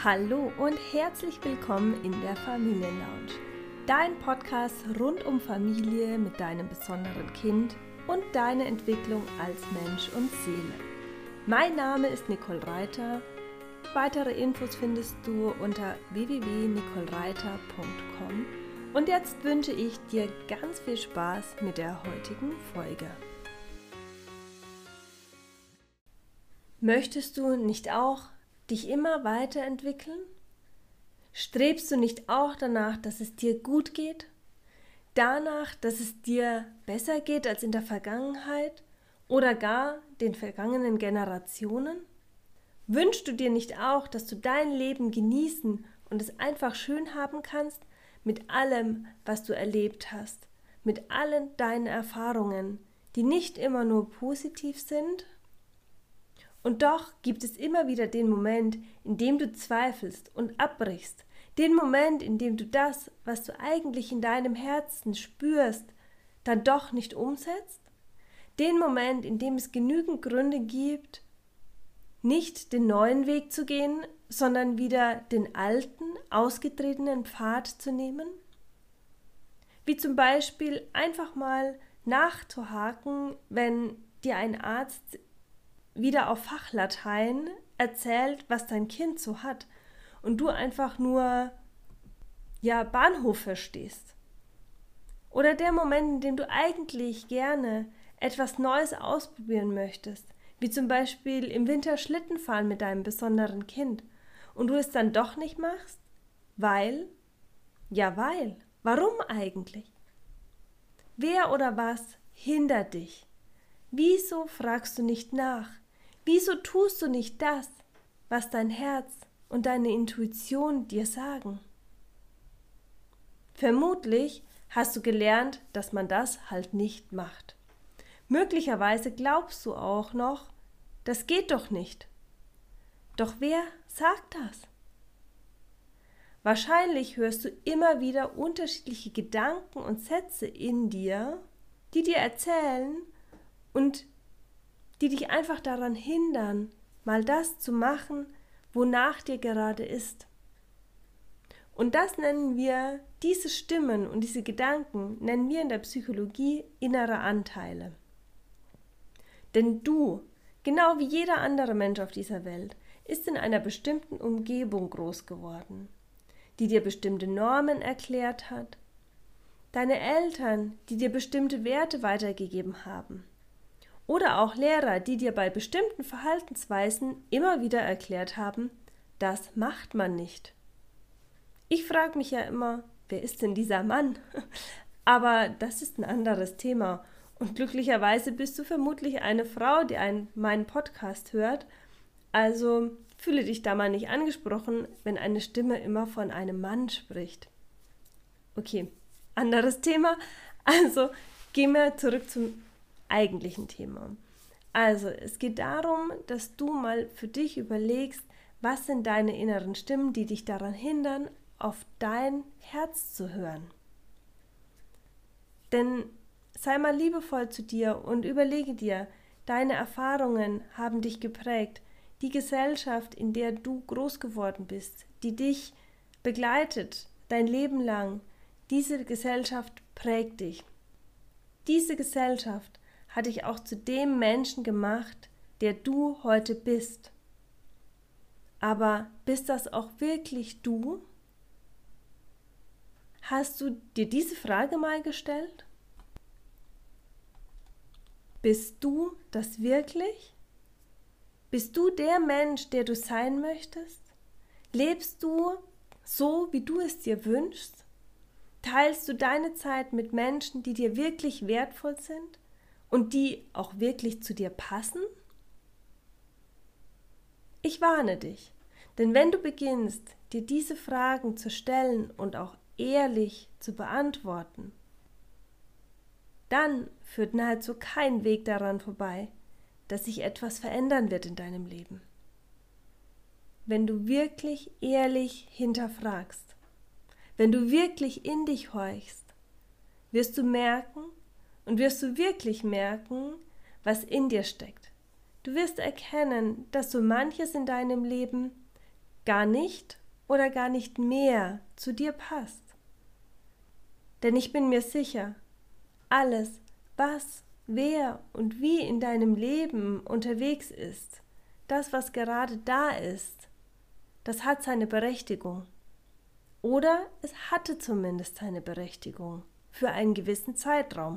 Hallo und herzlich willkommen in der Familienlounge, dein Podcast rund um Familie mit deinem besonderen Kind und deine Entwicklung als Mensch und Seele. Mein Name ist Nicole Reiter. Weitere Infos findest du unter www.nicolereiter.com und jetzt wünsche ich dir ganz viel Spaß mit der heutigen Folge. Möchtest du nicht auch dich immer weiterentwickeln? Strebst du nicht auch danach, dass es dir gut geht? Danach, dass es dir besser geht als in der Vergangenheit oder gar den vergangenen Generationen? Wünschst du dir nicht auch, dass du dein Leben genießen und es einfach schön haben kannst mit allem, was du erlebt hast, mit allen deinen Erfahrungen, die nicht immer nur positiv sind? Und doch gibt es immer wieder den Moment, in dem du zweifelst und abbrichst, den Moment, in dem du das, was du eigentlich in deinem Herzen spürst, dann doch nicht umsetzt, den Moment, in dem es genügend Gründe gibt, nicht den neuen Weg zu gehen, sondern wieder den alten, ausgetretenen Pfad zu nehmen? Wie zum Beispiel einfach mal nachzuhaken, wenn dir ein Arzt wieder auf Fachlatein erzählt, was dein Kind so hat und du einfach nur Bahnhof verstehst. Oder der Moment, in dem du eigentlich gerne etwas Neues ausprobieren möchtest, wie zum Beispiel im Winter Schlitten fahren mit deinem besonderen Kind und du es dann doch nicht machst, weil. Warum eigentlich? Wer oder was hindert dich? Wieso fragst du nicht nach? Wieso tust du nicht das, was dein Herz und deine Intuition dir sagen? Vermutlich hast du gelernt, dass man das halt nicht macht. Möglicherweise glaubst du auch noch, das geht doch nicht. Doch wer sagt das? Wahrscheinlich hörst du immer wieder unterschiedliche Gedanken und Sätze in dir, die dir erzählen und die dich einfach daran hindern, mal das zu machen, wonach dir gerade ist. Und das nennen wir, diese Stimmen und diese Gedanken, nennen wir in der Psychologie innere Anteile. Denn du, genau wie jeder andere Mensch auf dieser Welt, ist in einer bestimmten Umgebung groß geworden, die dir bestimmte Normen erklärt hat, deine Eltern, die dir bestimmte Werte weitergegeben haben, oder auch Lehrer, die dir bei bestimmten Verhaltensweisen immer wieder erklärt haben, das macht man nicht. Ich frage mich ja immer, wer ist denn dieser Mann? Aber das ist ein anderes Thema. Und glücklicherweise bist du vermutlich eine Frau, die meinen Podcast hört. Also fühle dich da mal nicht angesprochen, wenn eine Stimme immer von einem Mann spricht. Okay, anderes Thema. Also gehen wir zurück zum eigentlichen Thema. Also, es geht darum, dass du mal für dich überlegst, was sind deine inneren Stimmen, die dich daran hindern, auf dein Herz zu hören. Denn sei mal liebevoll zu dir und überlege dir, deine Erfahrungen haben dich geprägt, die Gesellschaft, in der du groß geworden bist, die dich begleitet, dein Leben lang, diese Gesellschaft prägt dich. Diese Gesellschaft hat dich auch zu dem Menschen gemacht, der du heute bist. Aber bist das auch wirklich du? Hast du dir diese Frage mal gestellt? Bist du das wirklich? Bist du der Mensch, der du sein möchtest? Lebst du so, wie du es dir wünschst? Teilst du deine Zeit mit Menschen, die dir wirklich wertvoll sind? Und die auch wirklich zu dir passen? Ich warne dich, denn wenn du beginnst, dir diese Fragen zu stellen und auch ehrlich zu beantworten, dann führt nahezu kein Weg daran vorbei, dass sich etwas verändern wird in deinem Leben. Wenn du wirklich ehrlich hinterfragst, wenn du wirklich in dich horchst, wirst du merken, und wirst du wirklich merken, was in dir steckt. Du wirst erkennen, dass so manches in deinem Leben gar nicht oder gar nicht mehr zu dir passt. Denn ich bin mir sicher, alles, was, wer und wie in deinem Leben unterwegs ist, das, was gerade da ist, das hat seine Berechtigung. Oder es hatte zumindest seine Berechtigung für einen gewissen Zeitraum.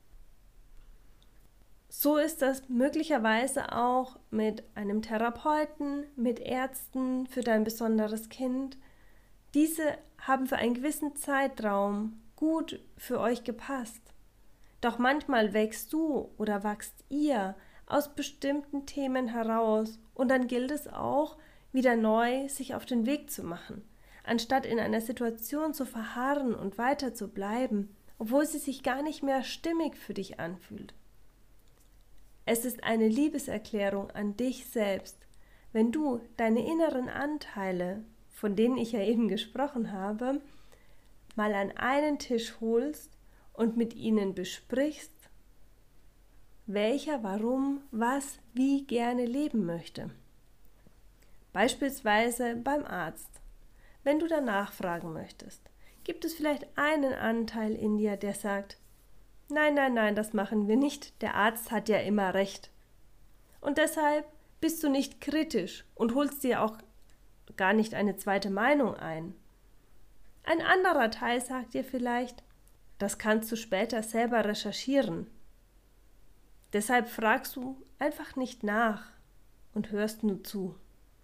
So ist das möglicherweise auch mit einem Therapeuten, mit Ärzten für dein besonderes Kind. Diese haben für einen gewissen Zeitraum gut für euch gepasst. Doch manchmal wächst du oder wachst ihr aus bestimmten Themen heraus und dann gilt es auch, wieder neu sich auf den Weg zu machen, anstatt in einer Situation zu verharren und weiter zu bleiben, obwohl sie sich gar nicht mehr stimmig für dich anfühlt. Es ist eine Liebeserklärung an dich selbst, wenn du deine inneren Anteile, von denen ich ja eben gesprochen habe, mal an einen Tisch holst und mit ihnen besprichst, welcher warum, was, wie gerne leben möchte. Beispielsweise beim Arzt. Wenn du danach fragen möchtest, gibt es vielleicht einen Anteil in dir, der sagt, nein, nein, nein, das machen wir nicht, der Arzt hat ja immer recht. Und deshalb bist du nicht kritisch und holst dir auch gar nicht eine zweite Meinung ein. Ein anderer Teil sagt dir vielleicht, das kannst du später selber recherchieren. Deshalb fragst du einfach nicht nach und hörst nur zu.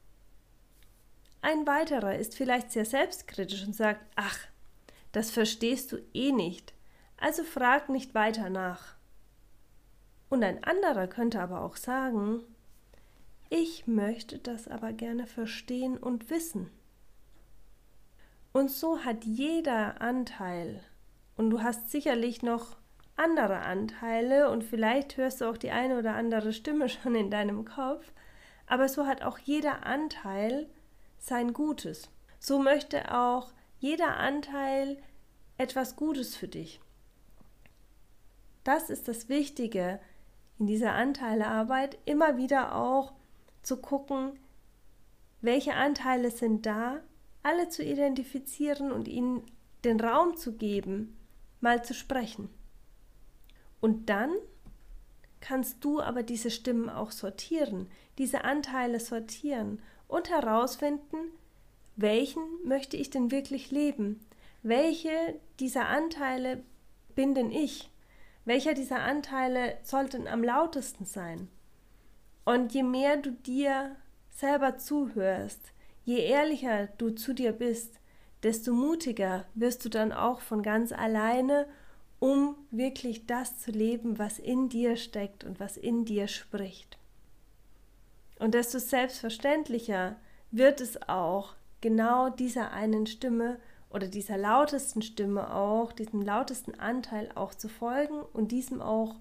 Ein weiterer ist vielleicht sehr selbstkritisch und sagt, ach, das verstehst du eh nicht, also frag nicht weiter nach. Und ein anderer könnte aber auch sagen, ich möchte das aber gerne verstehen und wissen. Und so hat jeder Anteil, und du hast sicherlich noch andere Anteile und vielleicht hörst du auch die eine oder andere Stimme schon in deinem Kopf, aber so hat auch jeder Anteil sein Gutes. So möchte auch jeder Anteil etwas Gutes für dich. Das ist das Wichtige in dieser Anteilearbeit, immer wieder auch zu gucken, welche Anteile sind da, alle zu identifizieren und ihnen den Raum zu geben, mal zu sprechen. Und dann kannst du aber diese Stimmen auch sortieren, diese Anteile sortieren und herausfinden, welchen möchte ich denn wirklich leben? Welche dieser Anteile bin denn ich? Welcher dieser Anteile sollten am lautesten sein? Und je mehr du dir selber zuhörst, je ehrlicher du zu dir bist, desto mutiger wirst du dann auch von ganz alleine, um wirklich das zu leben, was in dir steckt und was in dir spricht. Und desto selbstverständlicher wird es auch, genau dieser einen Stimme oder dieser lautesten Stimme auch, diesem lautesten Anteil auch zu folgen und diesem auch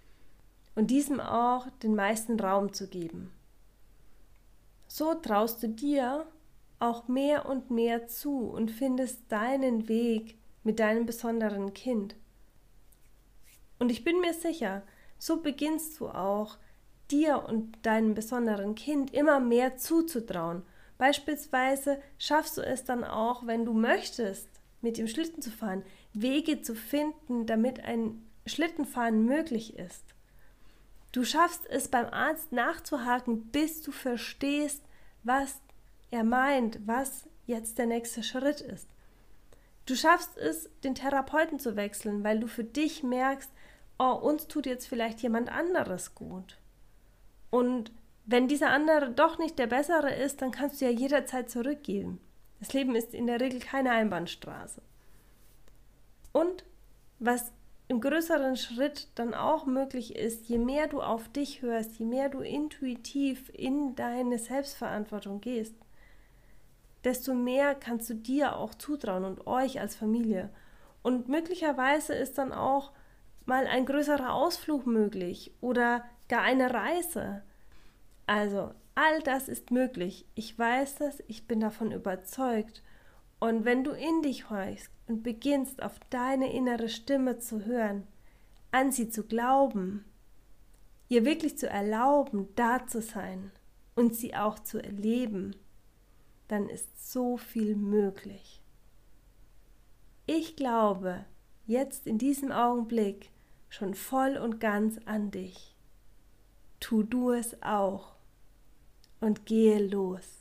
den meisten Raum zu geben. So traust du dir auch mehr und mehr zu und findest deinen Weg mit deinem besonderen Kind. Und ich bin mir sicher, so beginnst du auch, dir und deinem besonderen Kind immer mehr zuzutrauen. Beispielsweise schaffst du es dann auch, wenn du möchtest, mit dem Schlitten zu fahren, Wege zu finden, damit ein Schlittenfahren möglich ist. Du schaffst es beim Arzt nachzuhaken, bis du verstehst, was er meint, was jetzt der nächste Schritt ist. Du schaffst es, den Therapeuten zu wechseln, weil du für dich merkst, oh, uns tut jetzt vielleicht jemand anderes gut. Und wenn dieser andere doch nicht der bessere ist, dann kannst du ja jederzeit zurückgehen. Das Leben ist in der Regel keine Einbahnstraße. Und was im größeren Schritt dann auch möglich ist, je mehr du auf dich hörst, je mehr du intuitiv in deine Selbstverantwortung gehst, desto mehr kannst du dir auch zutrauen und euch als Familie. Und möglicherweise ist dann auch mal ein größerer Ausflug möglich oder gar eine Reise. Also, all das ist möglich. Ich weiß das, ich bin davon überzeugt. Und wenn du in dich horchst und beginnst, auf deine innere Stimme zu hören, an sie zu glauben, ihr wirklich zu erlauben, da zu sein und sie auch zu erleben, dann ist so viel möglich. Ich glaube jetzt in diesem Augenblick schon voll und ganz an dich. Tu du es auch und gehe los.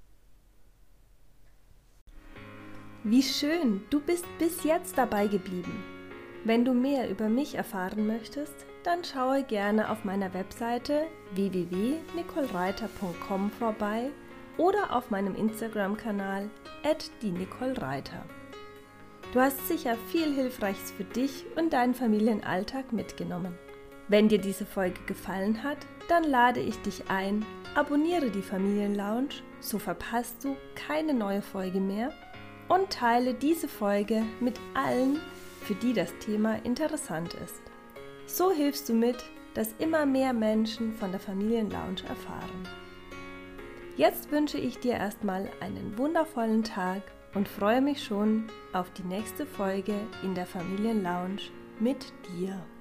Wie schön, du bist bis jetzt dabei geblieben. Wenn du mehr über mich erfahren möchtest, dann schaue gerne auf meiner Webseite www.nicolereiter.com vorbei oder auf meinem Instagram-Kanal @die_Nicole_Reiter. Du hast sicher viel Hilfreiches für dich und deinen Familienalltag mitgenommen. Wenn dir diese Folge gefallen hat, dann lade ich dich ein, abonniere die Familienlounge, so verpasst du keine neue Folge mehr und teile diese Folge mit allen, für die das Thema interessant ist. So hilfst du mit, dass immer mehr Menschen von der Familienlounge erfahren. Jetzt wünsche ich dir erstmal einen wundervollen Tag und freue mich schon auf die nächste Folge in der Familienlounge mit dir.